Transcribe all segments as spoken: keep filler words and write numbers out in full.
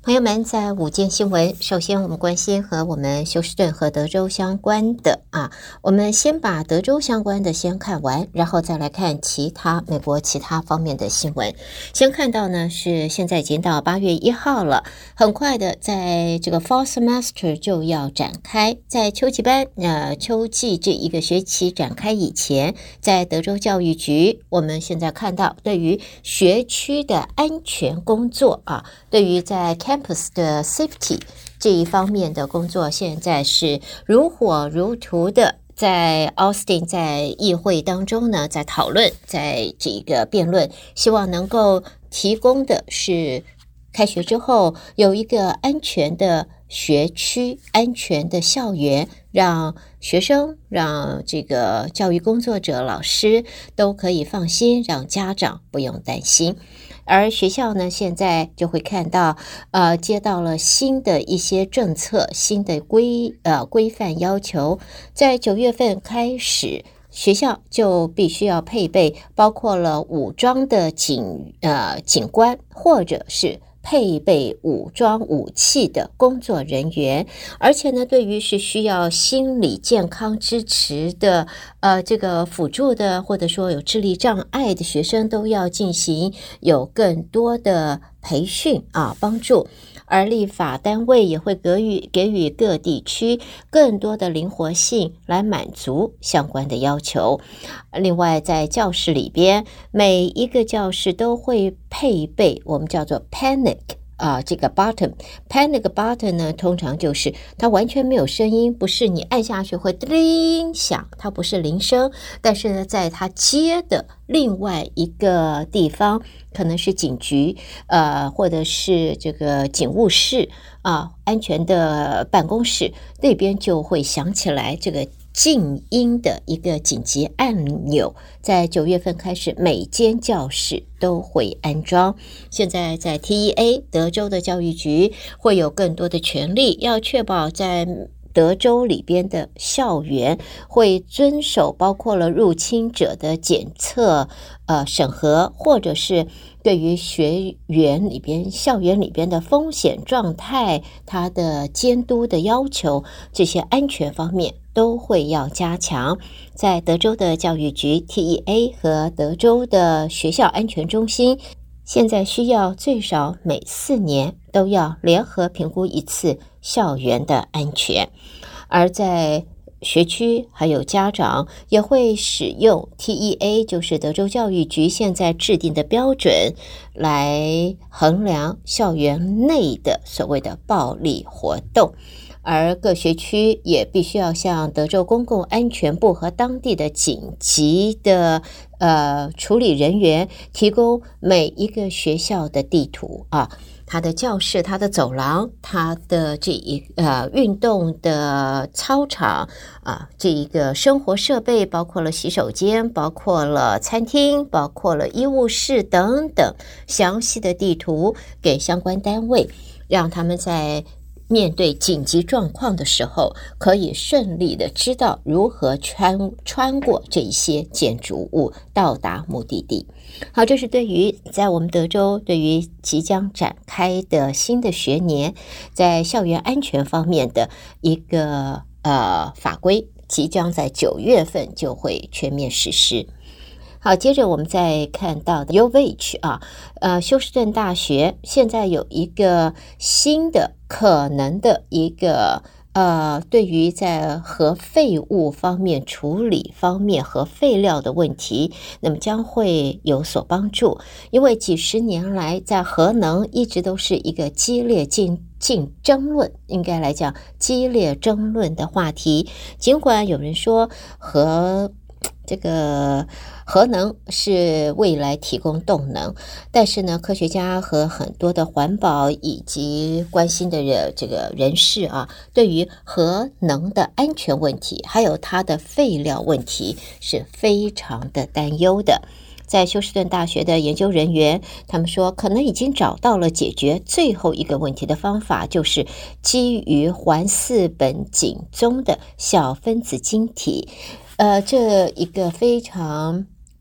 朋友们，在午间新闻，首先我们关心和我们休斯顿和德州相关的啊，我们先把德州相关的先看完，然后再来看其他美国其他方面的新闻。先看到呢是现在已经到八月一号了，很快的在这个 Fall Semester 就要展开，在秋季班呃秋季这一个学期展开以前，在德州教育局，我们现在看到对于学区的安全工作啊，对于在 campus 的 safety 这一方面的工作，现在是如火如荼的在 Austin 在议会当中呢，在讨论，在这个辩论，希望能够提供的是开学之后有一个安全的学区、安全的校园，让学生、让这个教育工作者、老师都可以放心，让家长不用担心。而学校呢，现在就会看到，呃，接到了新的一些政策、新的规呃规范要求，在九月份开始，学校就必须要配备包括了武装的警呃警官，或者是配备武装武器的工作人员，而且呢，对于是需要心理健康支持的，呃，这个辅助的，或者说有智力障碍的学生，都要进行有更多的培训啊，帮助。而立法单位也会给予给予各地区更多的灵活性来满足相关的要求。另外，在教室里边，每一个教室都会配备我们叫做 panic 啊，这个 button panic button 呢，通常就是它完全没有声音，不是你按下去会叮响，它不是铃声，但是呢，在它接的另外一个地方，可能是警局，呃，或者是这个警务室啊，安全的办公室那边就会响起来这个静音的一个紧急按钮，在九月份开始，每间教室都会安装。现在在 T E A 德州的教育局会有更多的权利，要确保在德州里边的校园会遵守包括了入侵者的检测、呃审核，或者是对于学园里边、校园里边的风险状态，它的监督的要求，这些安全方面都会要加强。在德州的教育局 T E A 和德州的学校安全中心，现在需要最少每四年都要联合评估一次校园的安全。而在学区还有家长也会使用 T E A， 就是德州教育局现在制定的标准，来衡量校园内的所谓的暴力活动。而各学区也必须要向德州公共安全部和当地的紧急的呃处理人员提供每一个学校的地图啊，它的教室、它的走廊、它的这一呃运动的操场啊，这一个生活设备，包括了洗手间，包括了餐厅，包括了医务室等等详细的地图给相关单位，让他们在面对紧急状况的时候，可以顺利的知道如何穿穿过这一些建筑物到达目的地。好，这是对于在我们德州对于即将展开的新的学年，在校园安全方面的一个呃法规，即将在九月份就会全面实施。好，接着我们再看到的 U of H 啊，呃，休斯顿大学现在有一个新的可能的一个呃，对于在核废物方面处理方面核废料的问题，那么将会有所帮助，因为几十年来在核能一直都是一个激烈竞竞争论，应该来讲激烈争论的话题。尽管有人说核这个核能是未来提供动能，但是呢，科学家和很多的环保以及关心的人这个人士啊，对于核能的安全问题，还有它的废料问题是非常的担忧的。在休斯顿大学的研究人员，他们说可能已经找到了解决最后一个问题的方法，就是基于环四苯锦宗的小分子晶体。呃，这一个非常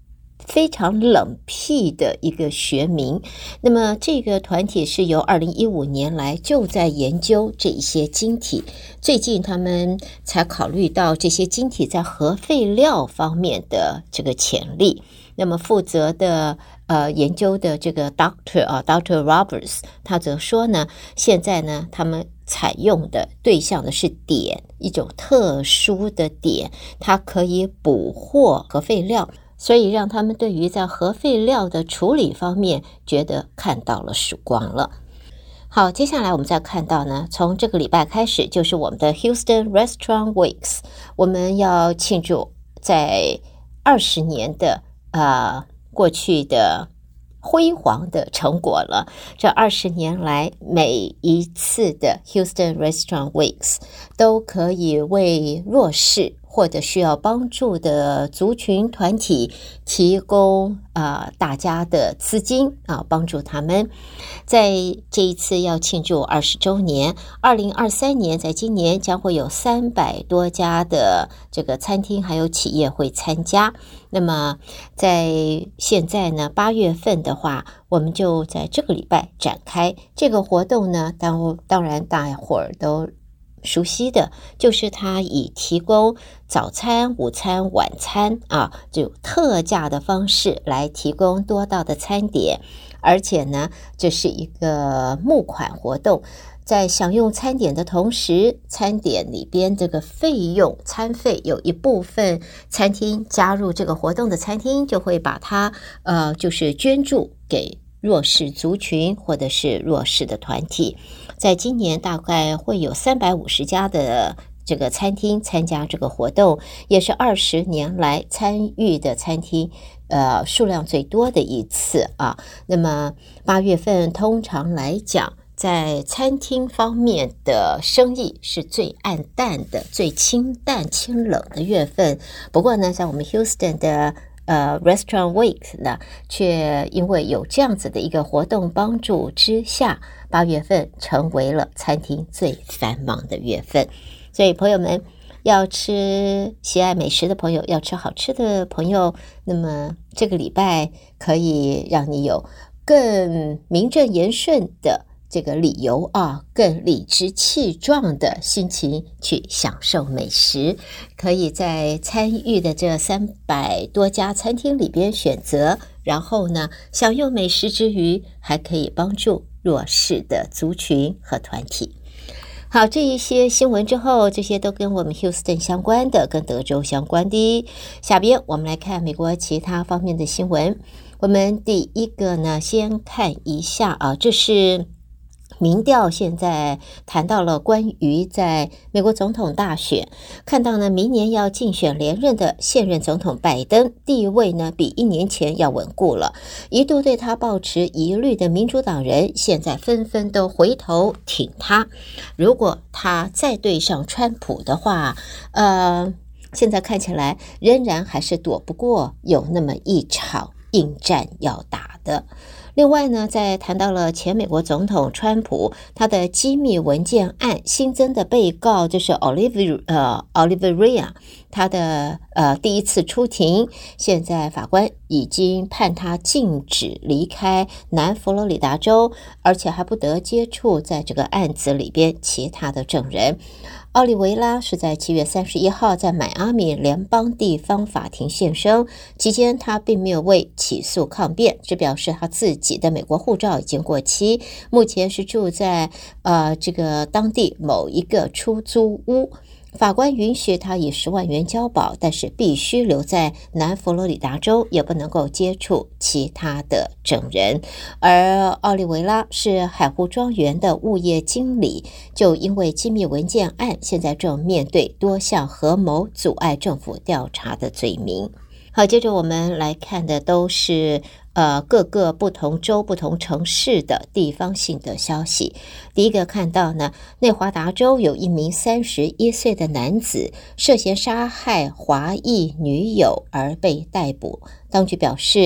非常冷僻的一个学名。那么这个团体是由二零一五年来就在研究这一些晶体，最近他们才考虑到这些晶体在核废料方面的这个潜力。那么负责的呃研究的这个 Doctor 啊 Doctor Roberts 他则说呢，现在呢他们采用的对象的是碘，一种特殊的碘，它可以捕获核废料，所以让他们对于在核废料的处理方面觉得看到了曙光了。好，接下来我们再看到呢，从这个礼拜开始就是我们的 Houston Restaurant Weeks， 我们要庆祝在二十年的呃过去的辉煌的成果了。这二十年来，每一次的 Houston Restaurant Weeks 都可以为弱势或者需要帮助的族群团体提供啊、呃、大家的资金啊，帮助他们。在这一次要庆祝二十周年，二零二三年在今年将会有三百多家的这个餐厅还有企业会参加。那么在现在呢，八月份的话，我们就在这个礼拜展开这个活动呢。当当然大伙儿都熟悉的就是它以提供早餐、午餐、晚餐啊，就特价的方式来提供多道的餐点，而且呢，这是一个募款活动。在享用餐点的同时，餐点里边这个费用餐费有一部分餐厅加入这个活动的餐厅就会把它呃就是捐助给弱势族群或者是弱势的团体。在今年大概会有三百五十家的这个餐厅参加这个活动，也是二十年来参与的餐厅呃数量最多的一次啊。那么八月份通常来讲，在餐厅方面的生意是最暗淡的、最清淡清冷的月份。不过呢，在我们 Houston 的呃 Restaurant Week 呢，却因为有这样子的一个活动帮助之下，八月份成为了餐厅最繁忙的月份。所以朋友们，要吃喜爱美食的朋友，要吃好吃的朋友，那么这个礼拜可以让你有更名正言顺的这个理由啊，更理直气壮的心情去享受美食，可以在参与的这三百多家餐厅里边选择，然后呢，享用美食之余，还可以帮助弱势的族群和团体。好，这一些新闻之后，这些都跟我们 Houston 相关的，跟德州相关的。下边我们来看美国其他方面的新闻。我们第一个呢，先看一下啊，这是民调现在谈到了关于在美国总统大选，看到呢明年要竞选连任的现任总统拜登地位呢比一年前要稳固了，一度对他抱持疑虑的民主党人现在纷纷都回头挺他。如果他再对上川普的话，呃，现在看起来仍然还是躲不过有那么一场硬战要打的。另外呢，在谈到了前美国总统川普他的机密文件案新增的被告就是 Olivia 呃 Olivia 他的呃第一次出庭，现在法官已经判他禁止离开南佛罗里达州，而且还不得接触在这个案子里边其他的证人。奥利维拉是在七月三十一号在迈阿密联邦地方法庭现身，期间他并没有为起诉抗辩，只表示他自己的美国护照已经过期，目前是住在呃这个当地某一个出租屋。法官允许他以十万元交保，但是必须留在南佛罗里达州，也不能够接触其他的证人。而奥利维拉是海湖庄园的物业经理，就因为机密文件案，现在正面对多项合谋阻碍政府调查的罪名。好，接着我们来看的都是呃各个不同州、不同城市的地方性的消息。第一个看到呢，内华达州有一名三十一岁的男子涉嫌杀害华裔女友而被逮捕。当局表示，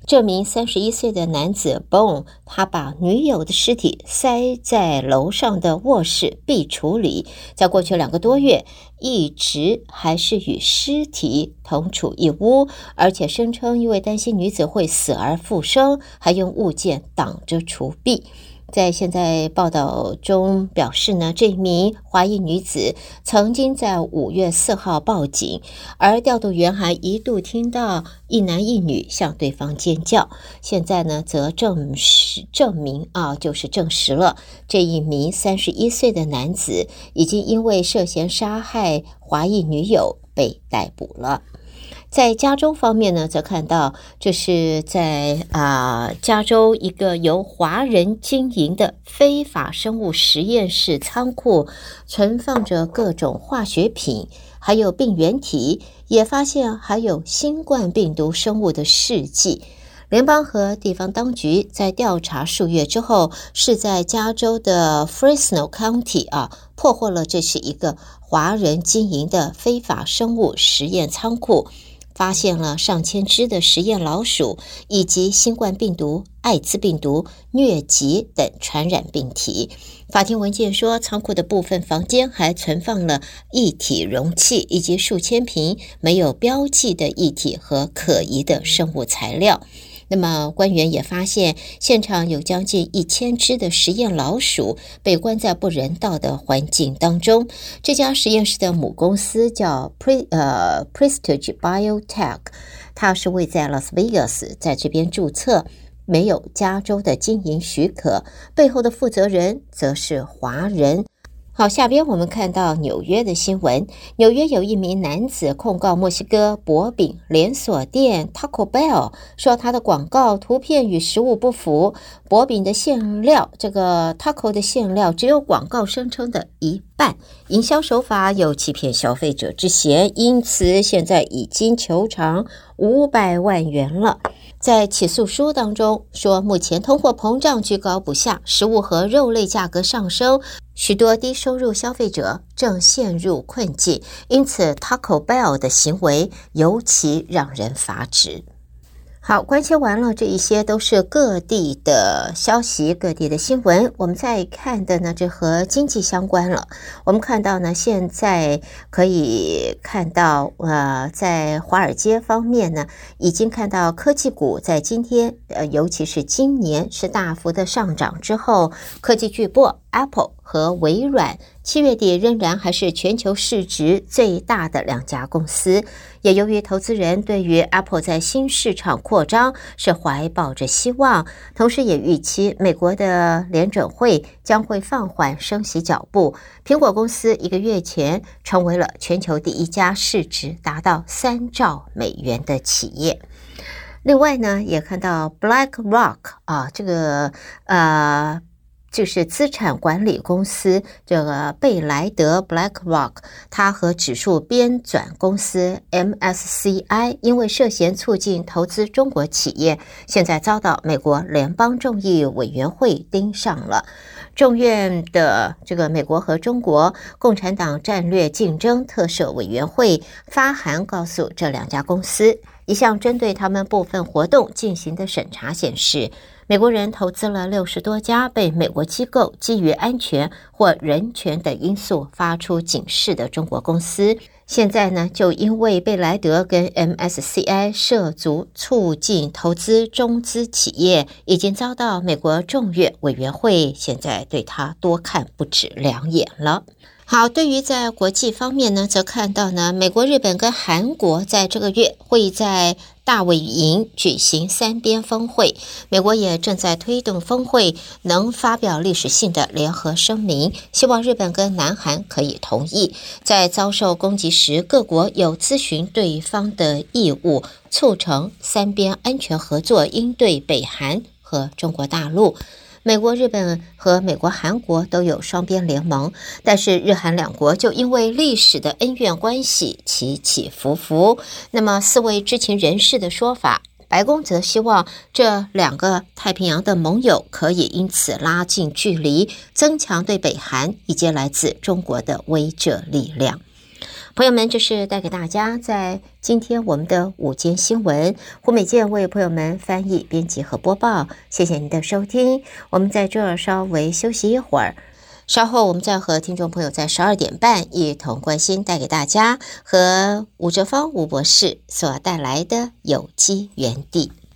这名三十一岁的男子 Bone， 他把女友的尸体塞在楼上的卧室壁橱里，在过去两个多月一直还是与尸体同处一屋，而且声称因为担心女子会死而复生，还用物件挡着橱壁。在现在报道中表示呢，这名华裔女子曾经在五月四号报警，而调度员还一度听到一男一女向对方尖叫。现在呢，则证实证明啊，就是证实了这一名三十一岁的男子已经因为涉嫌杀害华裔女友被逮捕了。在加州方面呢，则看到这是在啊、呃、加州一个由华人经营的非法生物实验室仓库，存放着各种化学品，还有病原体，也发现还有新冠病毒生物的试剂。联邦和地方当局在调查数月之后，是在加州的 Fresno County 啊，破获了这是一个华人经营的非法生物实验仓库，发现了上千只的实验老鼠，以及新冠病毒、艾滋病毒、疟疾等传染病体。法庭文件说，仓库的部分房间还存放了液体容器，以及数千瓶没有标记的液体和可疑的生物材料。那么官员也发现，现场有将近一千只的实验老鼠被关在不人道的环境当中。这家实验室的母公司叫 Pre, 呃 Prestige Biotech， 它是位在 Las Vegas， 在这边注册，没有加州的经营许可，背后的负责人则是华人。好，下边我们看到纽约的新闻。纽约有一名男子控告墨西哥薄饼连锁店 Taco Bell， 说他的广告图片与实物不符，薄饼的馅料，这个 Taco 的馅料只有广告声称的一半，营销手法有欺骗消费者之嫌，因此现在已经求偿五百万元了。在起诉书当中说，目前通货膨胀居高不下，食物和肉类价格上升，许多低收入消费者正陷入困境，因此 Taco Bell 的行为尤其让人发指。好，关切完了，这一些都是各地的消息，各地的新闻。我们再看的呢，这和经济相关了。我们看到呢，现在可以看到，呃，在华尔街方面呢，已经看到科技股在今天，呃，尤其是今年是大幅的上涨之后，科技巨擘 Apple 和微软七月底仍然还是全球市值最大的两家公司。也由于投资人对于 Apple 在新市场扩张是怀抱着希望，同时也预期美国的联准会将会放缓升息脚步。苹果公司一个月前成为了全球第一家市值达到三兆美元的企业。另外呢，也看到 BlackRock 啊，这个呃。就是资产管理公司这个贝莱德 BlackRock， 它和指数编纂公司 M S C I 因为涉嫌促进投资中国企业，现在遭到美国联邦众议委员会盯上了。众院的这个美国和中国共产党战略竞争特设委员会发函告诉这两家公司，一项针对他们部分活动进行的审查显示，美国人投资了六十多家被美国机构基于安全或人权等因素发出警示的中国公司。现在呢，就因为贝莱德跟 M S C I 涉足促进投资中资企业，已经遭到美国众院委员会现在对他多看不止两眼了。好，对于在国际方面呢，则看到呢，美国、日本跟韩国在这个月会在大卫营举行三边峰会，美国也正在推动峰会能发表历史性的联合声明，希望日本跟南韩可以同意，在遭受攻击时，各国有咨询对方的义务，促成三边安全合作，应对北韩和中国大陆。美国、日本和美国、韩国都有双边联盟，但是日韩两国就因为历史的恩怨关系起起伏伏。那么四位知情人士的说法，白宫则希望这两个太平洋的盟友可以因此拉近距离，增强对北韩以及来自中国的威慑力量。 朋友们，这是带给大家在今天我们的午间新闻，胡美健为朋友们翻译、编辑和播报。谢谢您的收听，我们在这儿稍微休息一会儿，稍后我们再和听众朋友在十二点半一同关心带给大家和吴哲芳吴博士所带来的有机园地。